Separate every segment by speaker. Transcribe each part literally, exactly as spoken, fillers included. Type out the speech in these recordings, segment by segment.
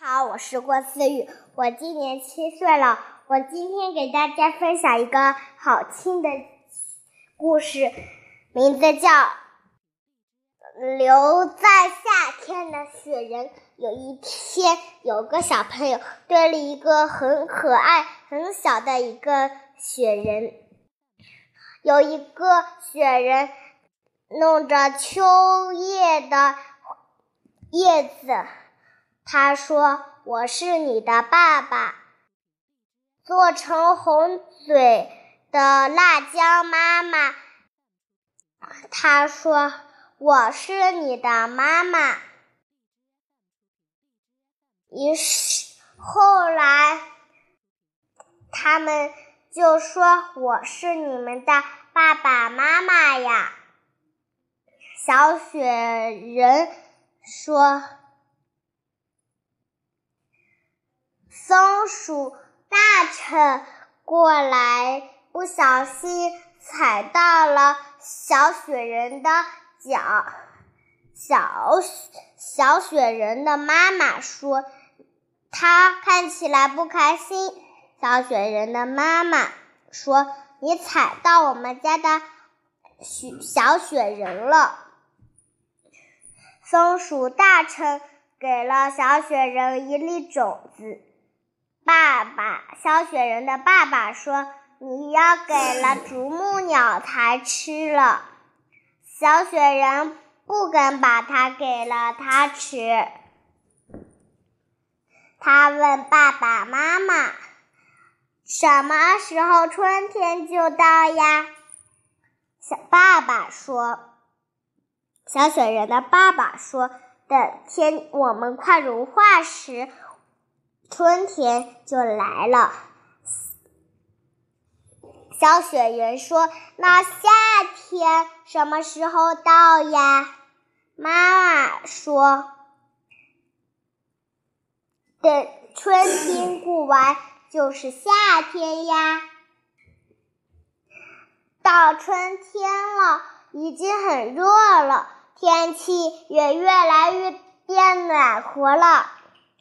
Speaker 1: 好，我是郭思雨，我今年七岁了。我今天给大家分享一个好听的故事，名字叫《留在夏天的雪人》。有一天，有个小朋友堆了一个很可爱、很小的一个雪人。有一个雪人弄着秋叶的叶子，他说：“我是你的爸爸。”做成红嘴的辣椒妈妈，他说：“我是你的妈妈。”于是后来他们就说：“我是你们的爸爸妈妈呀。”小雪人说：“松鼠大臣过来，不小心踩到了小雪人的脚。”小小雪人的妈妈说：“他看起来不开心。”小雪人的妈妈说：“你踩到我们家的小雪人了。”松鼠大臣给了小雪人一粒种子。爸爸，小雪人的爸爸说：“你要给了啄木鸟才吃了。”小雪人不敢把它给了它吃。他问爸爸妈妈：“什么时候春天就到呀？”小爸爸说：“小雪人的爸爸说，等天我们快融化时，春天就来了。”小雪人说：“那夏天什么时候到呀？”妈妈说：“等春天过完就是夏天呀。”到春天了，已经很热了，天气也越来越变暖和了。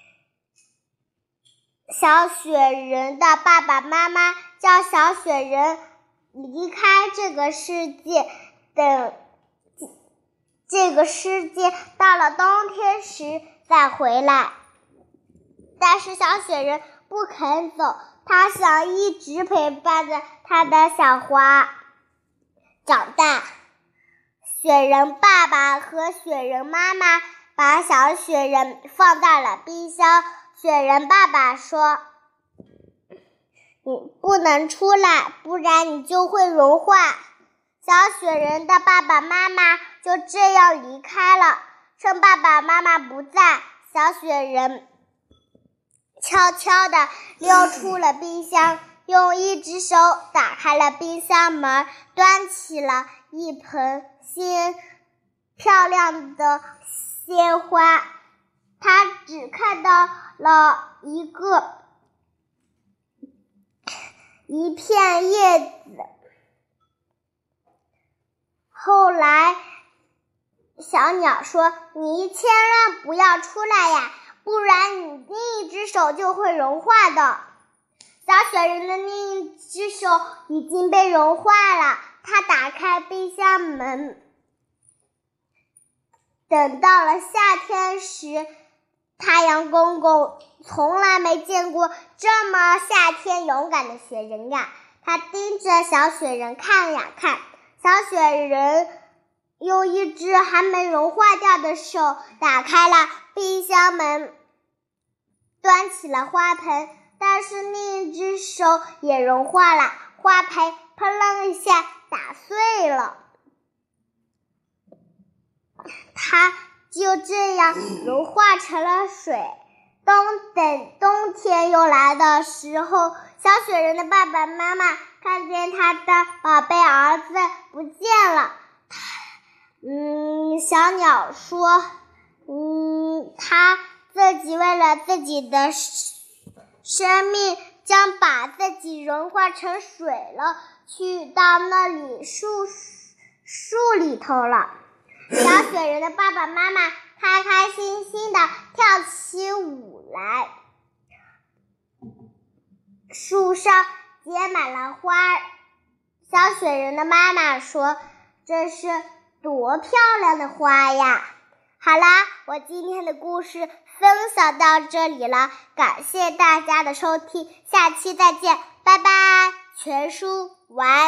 Speaker 1: 小雪人的爸爸妈妈叫小雪人离开这个世界，等这个世界到了冬天时再回来。但是小雪人不肯走，他想一直陪伴着他的小花长大。雪人爸爸和雪人妈妈把小雪人放在了冰箱。雪人爸爸说：“你不能出来，不然你就会融化。”小雪人的爸爸妈妈就这样离开了。趁爸爸妈妈不在，小雪人悄悄地溜出了冰箱，用一只手打开了冰箱门，端起了一盆鲜漂亮的鲜花。他只看到了一个一片叶子。后来小鸟说：“你千万不要出来呀，不然你另一只手就会融化的。”小雪人的另一只手已经被融化了。他打开冰箱门，等到了夏天时，太阳公公从来没见过这么夏天勇敢的雪人呀。他盯着小雪人看呀看，小雪人用一只还没融化掉的手打开了冰箱门，端起了花盆，但是另一只手也融化了，花盆砰啷一下打碎了。它就这样融化成了水。冬等冬天又来的时候，小雪人的爸爸妈妈看见他的宝贝儿子不见了。嗯，小鸟说：“嗯，他自己为了自己的生命，将把自己融化成水了，去到那里树树里头了。”小雪人的爸爸妈妈开开心心的跳起舞来。 树上结满了花。小雪人的妈妈说：“这是多漂亮的花呀！”好啦，我今天的故事分享到这里了，感谢大家的收听，下期再见，拜拜，全书完。